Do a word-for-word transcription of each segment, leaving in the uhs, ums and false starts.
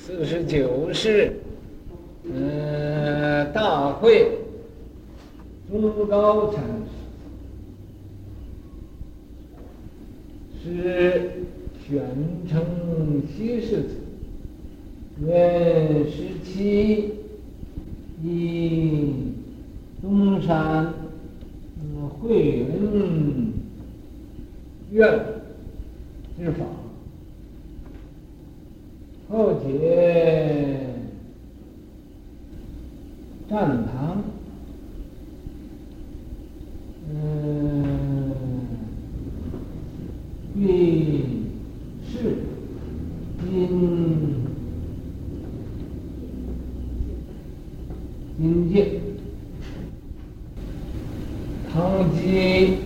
四十九是，嗯、大会中高禅师是玄称西世子，元十七以东山嗯慧文院之法，后结战堂，嗯，为是因因界唐基，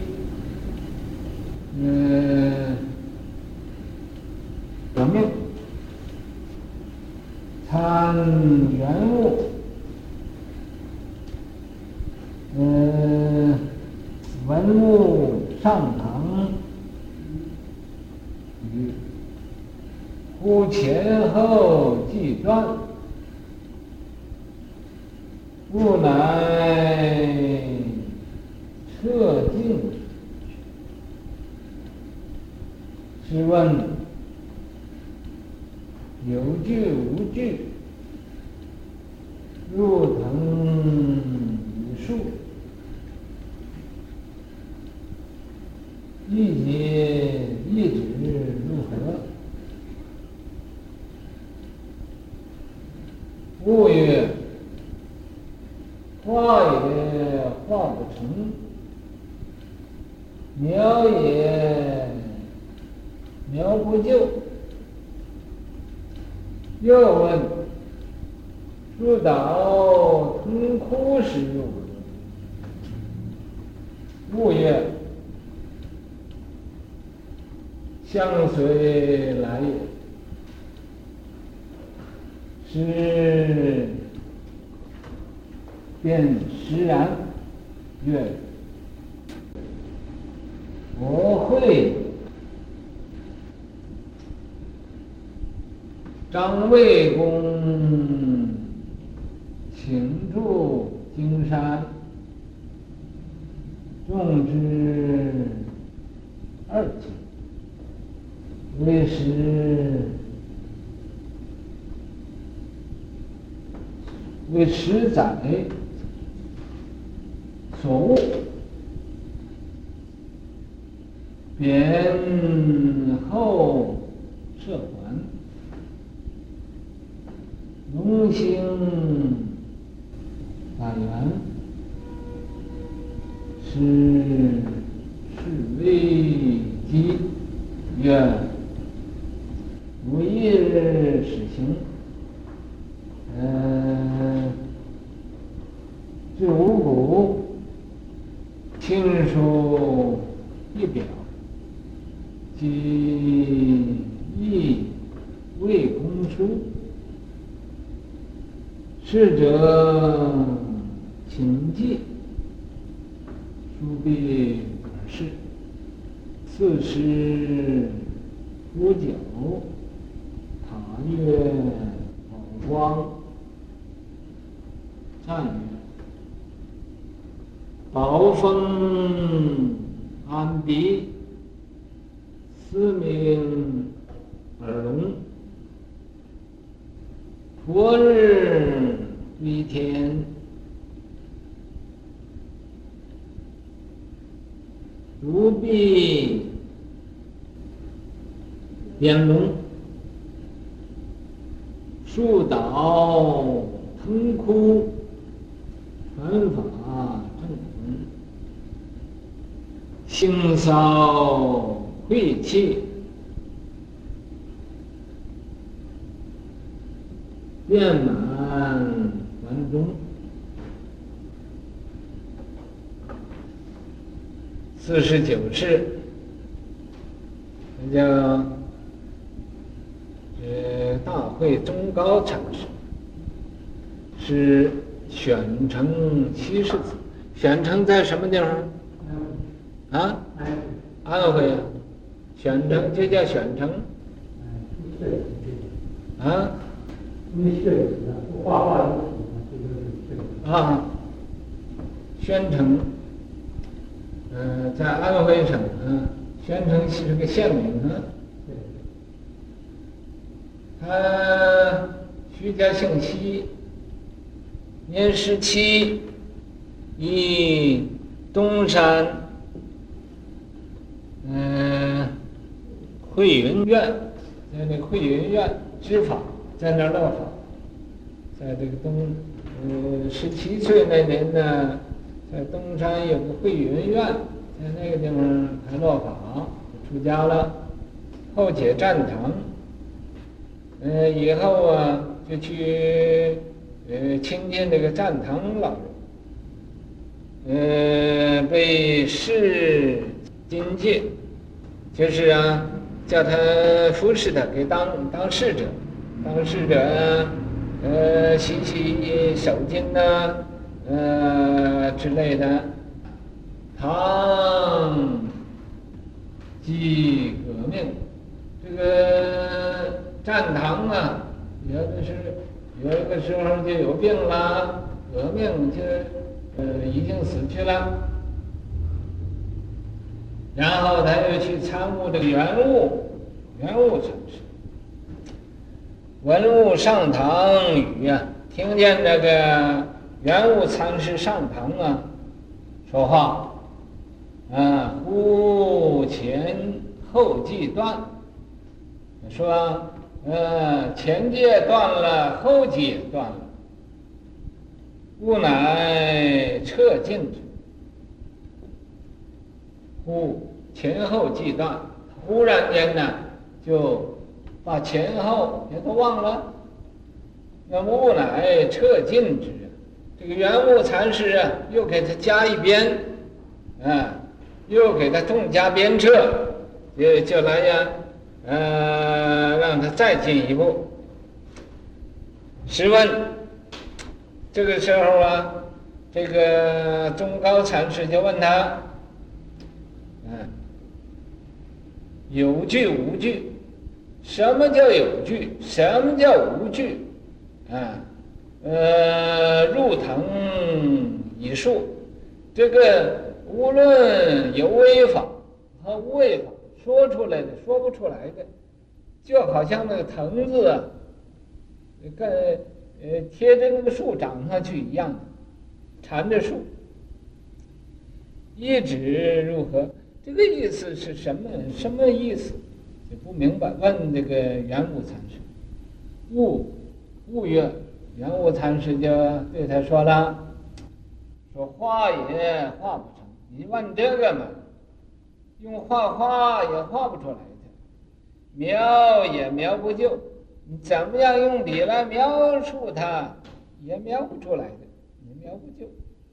嗯，革命参原物，嗯，文物上堂与乎前后记传，吾乃彻境。试问有句无句，入藤与树，一节一指如何？物曰：画也画不成，描也描不就。又问：树倒藤枯时如何？物曰：相随来也。是便实然。曰：我会张魏公请住荆山，种之二顷，为时为十载所务，便后设还，龙兴法源，是是为基。曰：吾一日始行，嗯，至五谷，亲书一表，即亦未公书。逝者请记，书必可视。四时五九，塔曰宝光。赞曰：宝峰安鼻，思明耳聋，佛日归天，如臂边龙，树倒藤枯，传法正统，性骚晦气，遍满环中。四十九是，那叫呃大会中高禅师，是选成七世子。选成在什么地方？啊？安徽啊。选成就叫选成。啊？ 因为摄影师啊，不画画有谱啊，这就是摄影师啊。宣城，呃，在安徽省啊，宣城是个县名啊。他徐家姓西，年十七，以东山，嗯、呃，慧云院，在那个慧云院知法，在那儿落法，在这个东，呃，十七岁那年呢，在东山有个慧云院，在那个地方还落法，出家了，后解禅堂。呃，以后啊，就去呃亲近这个禅堂老人，呃，被释金戒，就是啊，叫他服侍他，给当当侍者，当侍者啊，呃，洗洗手巾呐、啊，呃之类的。唐即革命，这个。禅堂啊，有的是有一个时候就有病了，革命就呃已经死去了，然后他又去参悟这个圆悟，圆悟禅师，文物上堂语啊，听见这个圆悟禅师上堂啊说话，啊，忽前后继断，说。呃，前界断了，后界断了，吾乃彻尽之。忽前后既断，忽然间呢，就把前后也都忘了。那么吾乃彻尽之，这个圆悟禅师啊，又给他加一鞭，啊，又给他重加鞭策，就就来呀。呃，让他再进一步。试问，这个时候啊，这个中高禅师就问他，嗯、呃，有句无句，什么叫有句？什么叫无句？啊，呃，入藤以树，这个无论有为法和无为法。说出来的，说不出来的，就好像那个藤子啊，跟呃贴着那个树长上去一样的，缠着树。一指如何？这个意思是什么？什么意思？就不明白。问这个圆悟禅师，悟悟曰，圆悟禅师就对他说了，说画也画不成，你问这个嘛？用画画也画不出来的，描也描不就，你怎么样用笔来描述它，也描不出来的，也描不就。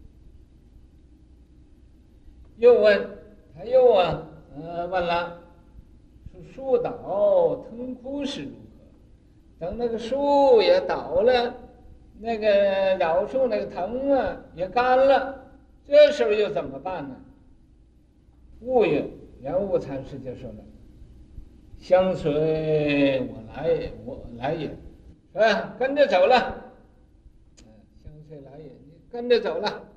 又问，他又啊，呃，问了，说树倒藤枯是如何？等那个树也倒了，那个饶树那个藤啊也干了，这时候又怎么办呢？悟曰，圆悟禅师就说了：“相随我来，我来也，是吧？跟着走了。嗯，相随来也，你跟着走了。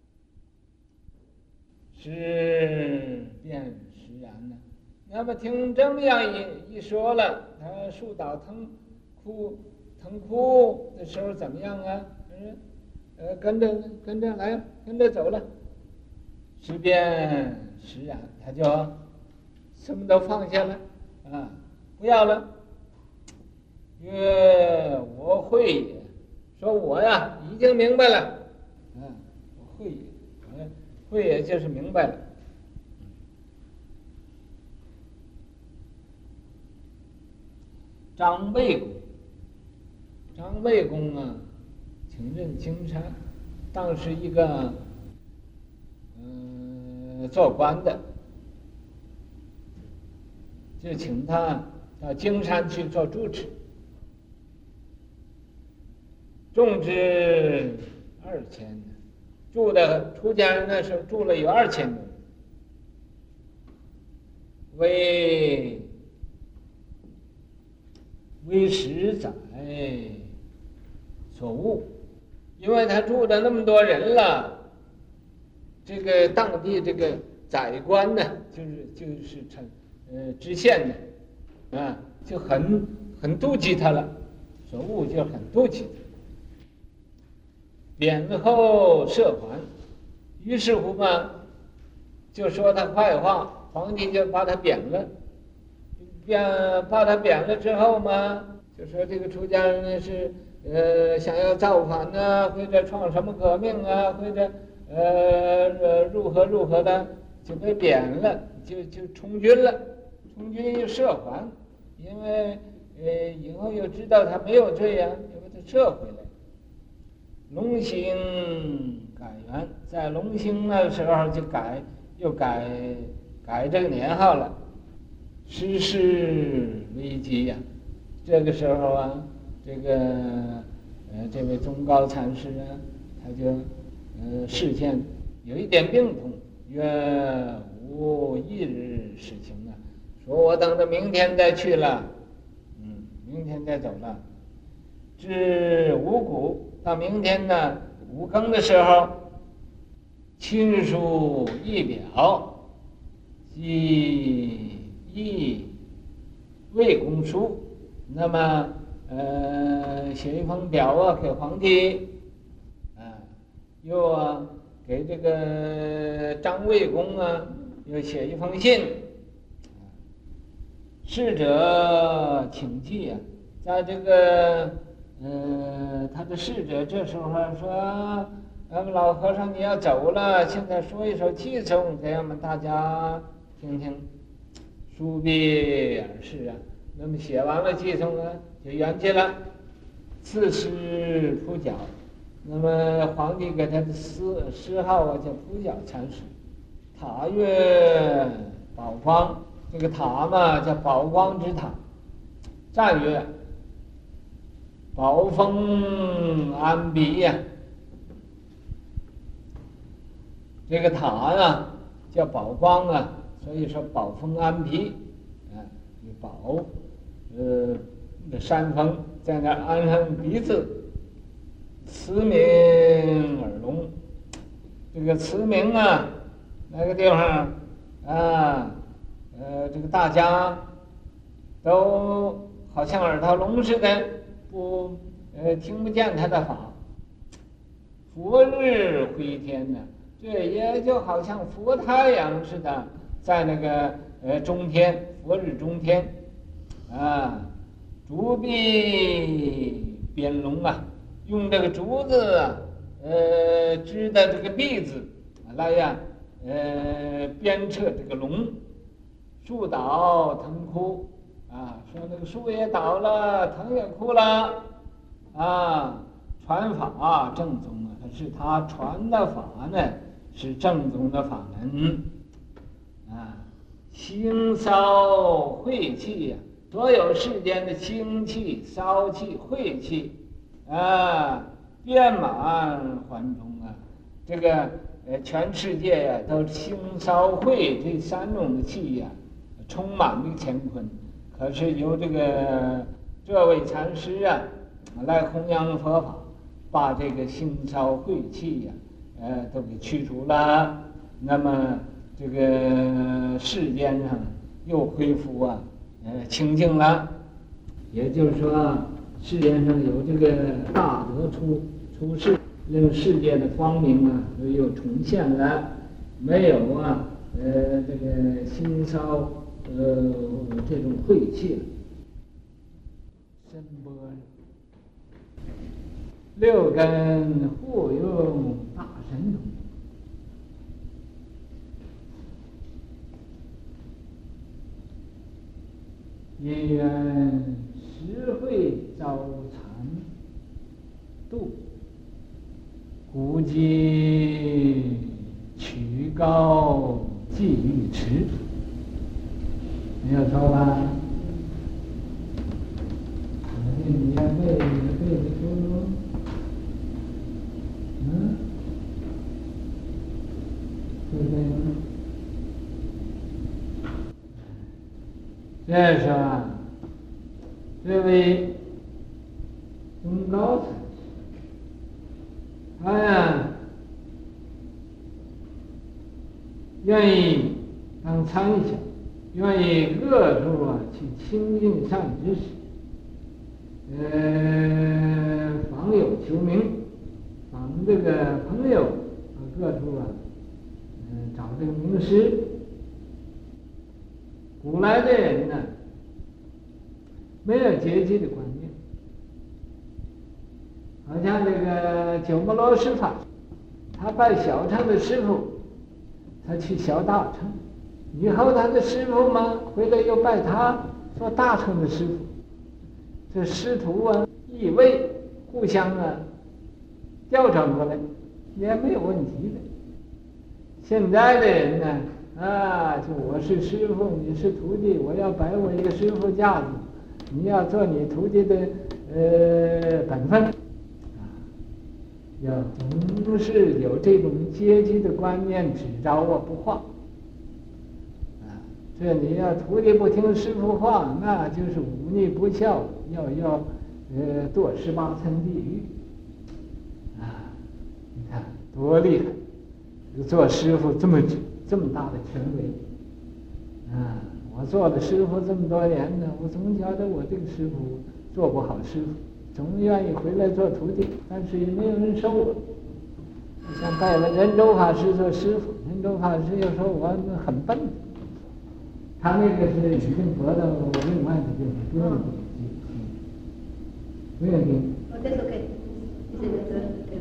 是便实然呢。那么听这么样一一说了，他树倒藤枯，藤枯的时候怎么样啊？嗯，呃，跟着跟着来，跟着走了。是便实然，他就什么都放下了啊，不要了。曰我会也，说我呀已经明白了，啊，我会也，嗯，会也就是明白了。张卫公，张卫公啊，请任京山，当时一个嗯、呃、做官的。就请他到京山去做住持，种植二千，住的出家人那时候住了有二千多人，为为十载， 所误，因为他住了那么多人了，这个当地这个宰官呢，就是就是城呃知县呢，啊，就很很妒忌他了，所误就很妒忌他。贬后赦还，于是乎嘛，就说他坏话，皇帝就把他贬了。贬把他贬了之后嘛，就说这个出家人呢是呃想要造反呢，或者创什么革命啊，或者呃如何如何的，就被贬了，就就充军了，充军又赦还，因为呃以后又知道他没有罪呀、啊，就把他赦回来。隆兴改元，在隆兴那时候就改，又改改这个年号了。时事危机呀、啊，这个时候啊，这个呃这位宗高禅师啊，他就呃视线有一点病痛，约无一日事情啊，说我等着明天再去了，嗯，明天再走了。至五谷，到明天呢五更的时候，亲书一表，即议魏公书，那么呃写一封表啊给皇帝，啊，又啊给这个张魏公啊又写一封信，侍者请记啊，在这个呃他的侍者这时候说，那么老和尚你要走了，现在说一首偈颂给我们大家听听。书必而逝啊，那么写完了偈颂呢，就圆寂了。赐师普皎，那么皇帝给他的师师号啊叫普皎禅师。塔曰宝光，这个塔嘛叫宝光之塔。赞曰宝峰安彼呀、啊，这个塔呀叫宝光啊。所以说宝峰安彼，啊，有宝，呃，那山峰在那安上鼻子，慈明耳聋，这个慈明啊，那个地方啊，呃，这个大家都好像耳朵聋似的，不，呃，听不见他的法。佛日辉天呢，这也就好像佛太阳似的。在那个呃中天，佛日中天，啊，竹臂编龙啊，用这个竹子啊，呃织的这个篦子来呀，呃鞭策这个龙，树倒藤枯啊，说那个树也倒了，藤也枯了，啊，传法正宗啊，是他传的法呢，是正宗的法门。啊，腥骚晦气呀、啊，所有世间的腥气、骚气、晦气，啊，遍满环中啊。这个呃，全世界呀、啊，都腥骚秽这三种的气呀、啊，充满这个乾坤。可是由这个这位禅师啊，来弘扬佛法，把这个腥骚秽气呀、啊，呃，都给去除了。那么。这个世间上又恢复啊，呃，清净了，也就是说，世间上有这个大德出出世，令世界的光明啊又重现了，没有啊，呃，这个腥骚呃这种晦气了。声波六根互用大神通。因缘实会遭残度，古今曲高寄玉池，没有错吧？我给你要背，你背得出？嗯，对不对？这是啊，这位宗高禅师， 他呀愿意当参小，愿意各处啊去亲近善知识，呃，访友求名，访这个朋友啊，各处啊，嗯、呃，找这个名师。古来的人呢，没有阶级的观念，好像这个鸠摩罗什法师，他拜小乘的师傅，他去学大乘，以后他的师傅嘛回来又拜他做大乘的师傅，这师徒啊意味互相啊调转过来也没有问题的。现在的人呢啊，就我是师傅，你是徒弟，我要摆我一个师傅架子，你要做你徒弟的呃本分啊，要总是有这种阶级的观念，只着我不放啊。这你要徒弟不听师傅话，那就是忤逆不孝，要要呃堕十八层地狱啊！你看多厉害！做师傅这么这么大的权威啊！我做了师傅这么多年呢，我总觉得我这个师傅做不好师傅，总愿意回来做徒弟，但是也没有人收我。像拜了仁州法师做师傅，仁州法师又说我很笨，他那个是已经得到另外的这个不用听，不用听。 哦，这是可以，这个这可以。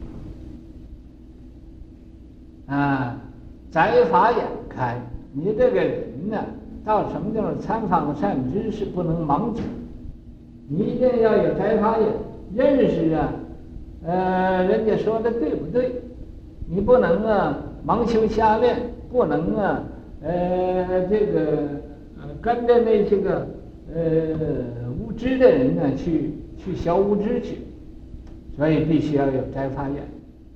啊，宅法眼开，你这个人呢，到什么地方参访善知识，不能盲从，你一定要有宅法眼，认识啊，呃，人家说的对不对？你不能啊盲修瞎练，不能啊，呃，这个呃跟着那些个呃无知的人呢去去学无知去，所以必须要有宅法眼。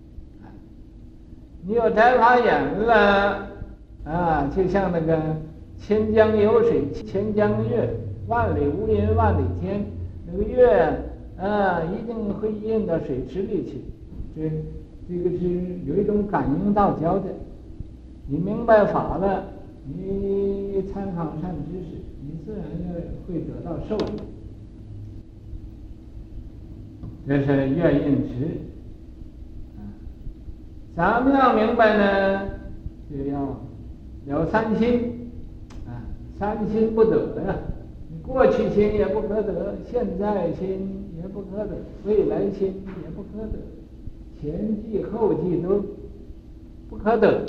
你有宅法眼了啊，就像那个千江有水千江月，万里无云万里天，那个月啊一定会印到水池里去。这这个是有一种感应道交的。你明白法了，你参访善知识，你自然就会得到受益。这是月印池。咱们要明白呢，就要了三心啊，三心不得呀、啊，你过去心也不可得，现在心也不可得，未来心也不可得，前际后际都不可得。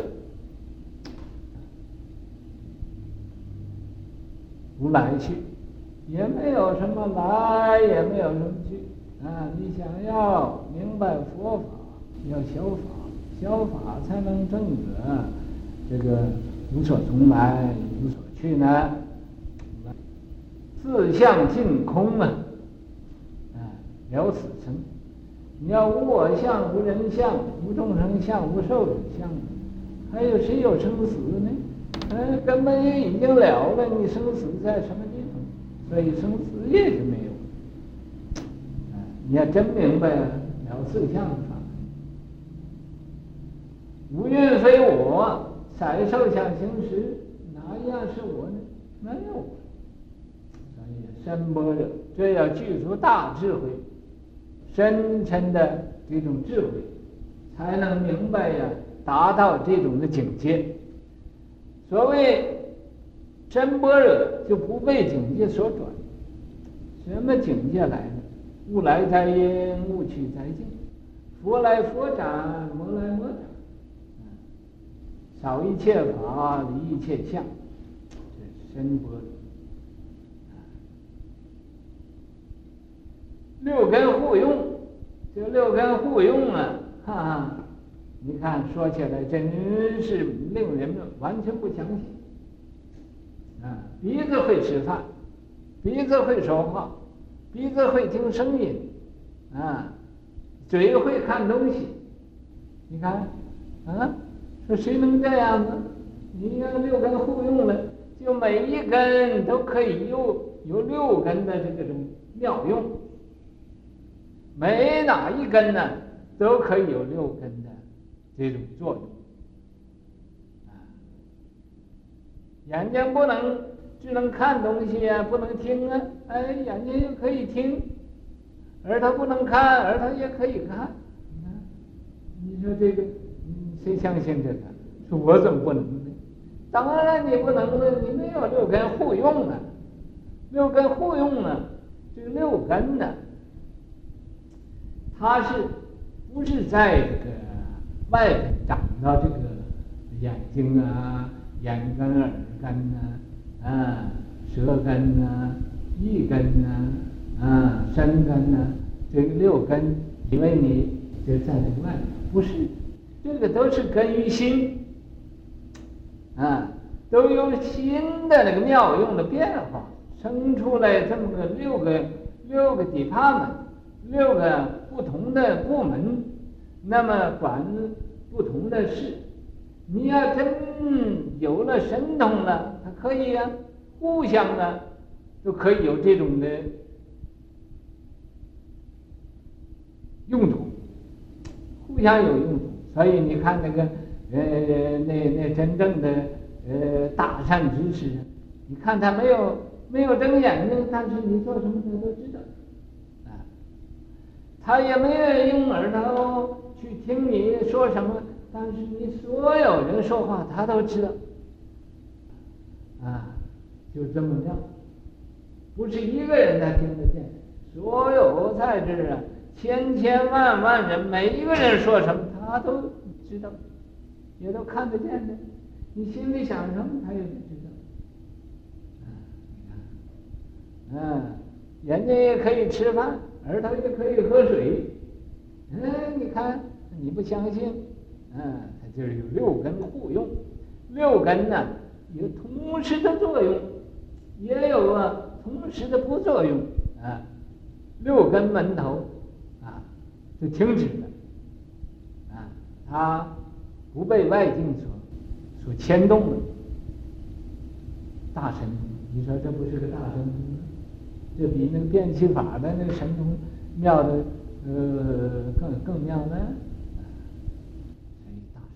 无来去，也没有什么来，也没有什么去啊！你想要明白佛法，要修法。消法才能证得这个无所从来无所去呢，自相尽空啊，啊了此生。你要无我相、无人相、无众生相、无寿者相，还有谁有生死呢？呃，根本也已经了了，你生死在什么地方？所以生死也就没有。啊，你要真明白了四相法。无蕴非我，色受想行识，哪一样是我呢？没有。所以深般若，这要具足大智慧，深沉的这种智慧，才能明白呀，达到这种的境界。所谓真般若，就不被境界所转。什么境界来了？物来灾因，物去灾尽；佛来佛展，魔来魔展。少一切法，离一切相，这是深般若。六根互用，这六根互用啊，哈哈，你看说起来真是令人完全不相信啊！鼻子会吃饭，鼻子会说话，鼻子会听声音，啊，嘴会看东西。你看，啊，说谁能这样呢？你要六根互用了，就每一根都可以有有六根的这个种妙用。没哪一根呢都可以有六根的这种作用。啊，眼睛不能只能看东西啊，不能听啊，哎，眼睛又可以听；耳朵不能看，耳朵也可以看。你看，你说这个，嗯，谁相信这个？说我怎么不能呢？当然你不能了，你没有六根互用啊。六根互用呢，这个六根呢，它是不是在这个外边长到这个眼睛啊、眼根、耳根啊、啊舌根啊、意根啊、啊身根啊，这个六根，因为你就在这个外面，不是，这个都是根于心。啊，都有新的那个妙用的变化，生出来这么个六个六个 department， 六个不同的部门，那么管不同的事。你要真有了神通了，它可以啊，互相啊，都可以有这种的用途，互相有用途。所以你看那个。呃，那那真正的呃大善知识，你看他没有没有睁眼睛，但是你做什么他都知道，啊，他也没有用耳朵去听你说什么，但是你所有人说话他都知道，啊，就这么妙，不是一个人他听得见，所有在这儿啊，千千万万人，每一个人说什么他都知道。也都看得见的，你心里想什么，他也知道。啊，你看，啊，眼睛也可以吃饭，耳朵也可以喝水。嗯，你看，你不相信，啊，它就是有六根互用。六根呢，有同时的作用，也有啊同时的不作用啊。六根门头啊，就停止了。啊，它。不被外境所所牵动了，大神通，你说这不是个大神通吗？这比那个变气法的那个神通妙的呃更更妙呢。所以大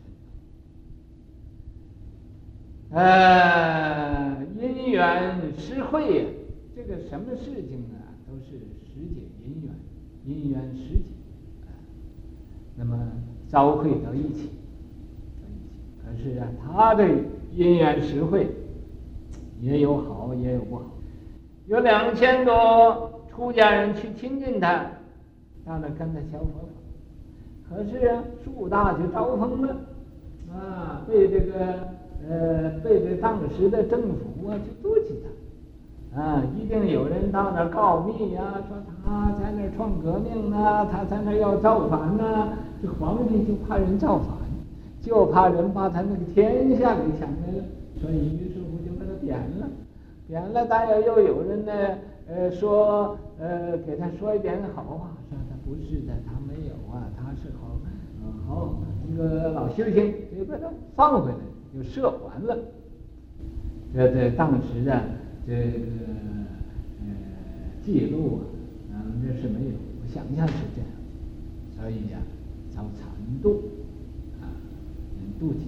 神通，呃，因缘实会呀，这个什么事情啊，都是实解因缘，因缘实解啊，那么遭会到一起。可是啊，他的因缘实会也有好也有不好，有两千多出家人去亲近他，到那跟他学佛法，可是啊，树大就招风了，啊，被这个呃被这当时的政府啊就妒忌他，啊，一定有人到那儿告密呀、啊，说他在那儿创革命啊，他在那儿要造反呐、啊，这皇帝就怕人造反。就怕人把他那个天下给抢来了，所以于是乎就把他贬了，贬了，当然又有人呢，呃，说，呃，给他说一点好话，说他不是的，他没有啊，他是好，呃，好一个老修行，就把他放回来，就赦还了。这这当时的这个呃记录啊，嗯，这是没有，我想象是这样，所以呀、啊，遭残度。妒忌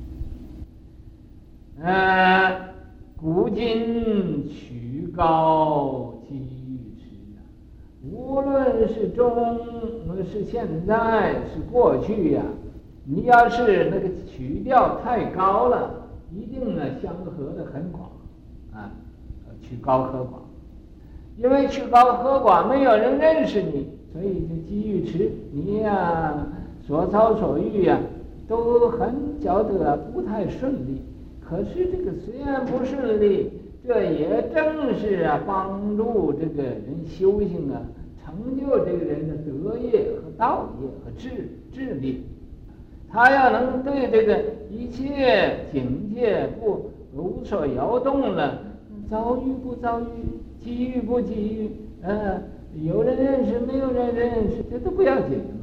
他，呃，古今曲高机欲迟啊，无论是中是现在是过去呀、啊，你要是那个曲调太高了，一定呢相合的很广啊，曲高和寡，因为曲高和寡没有人认识你，所以就机遇迟，你呀、啊、所操所欲呀、啊。都很觉得不太顺利，可是这个虽然不顺利，这也正是啊帮助这个人修行啊，成就这个人的德业和道业和智智力。他要能对这个一切境界不无所摇动了，遭遇不遭遇，机遇不机遇，呃，有人认识没有人认识，这都不要紧。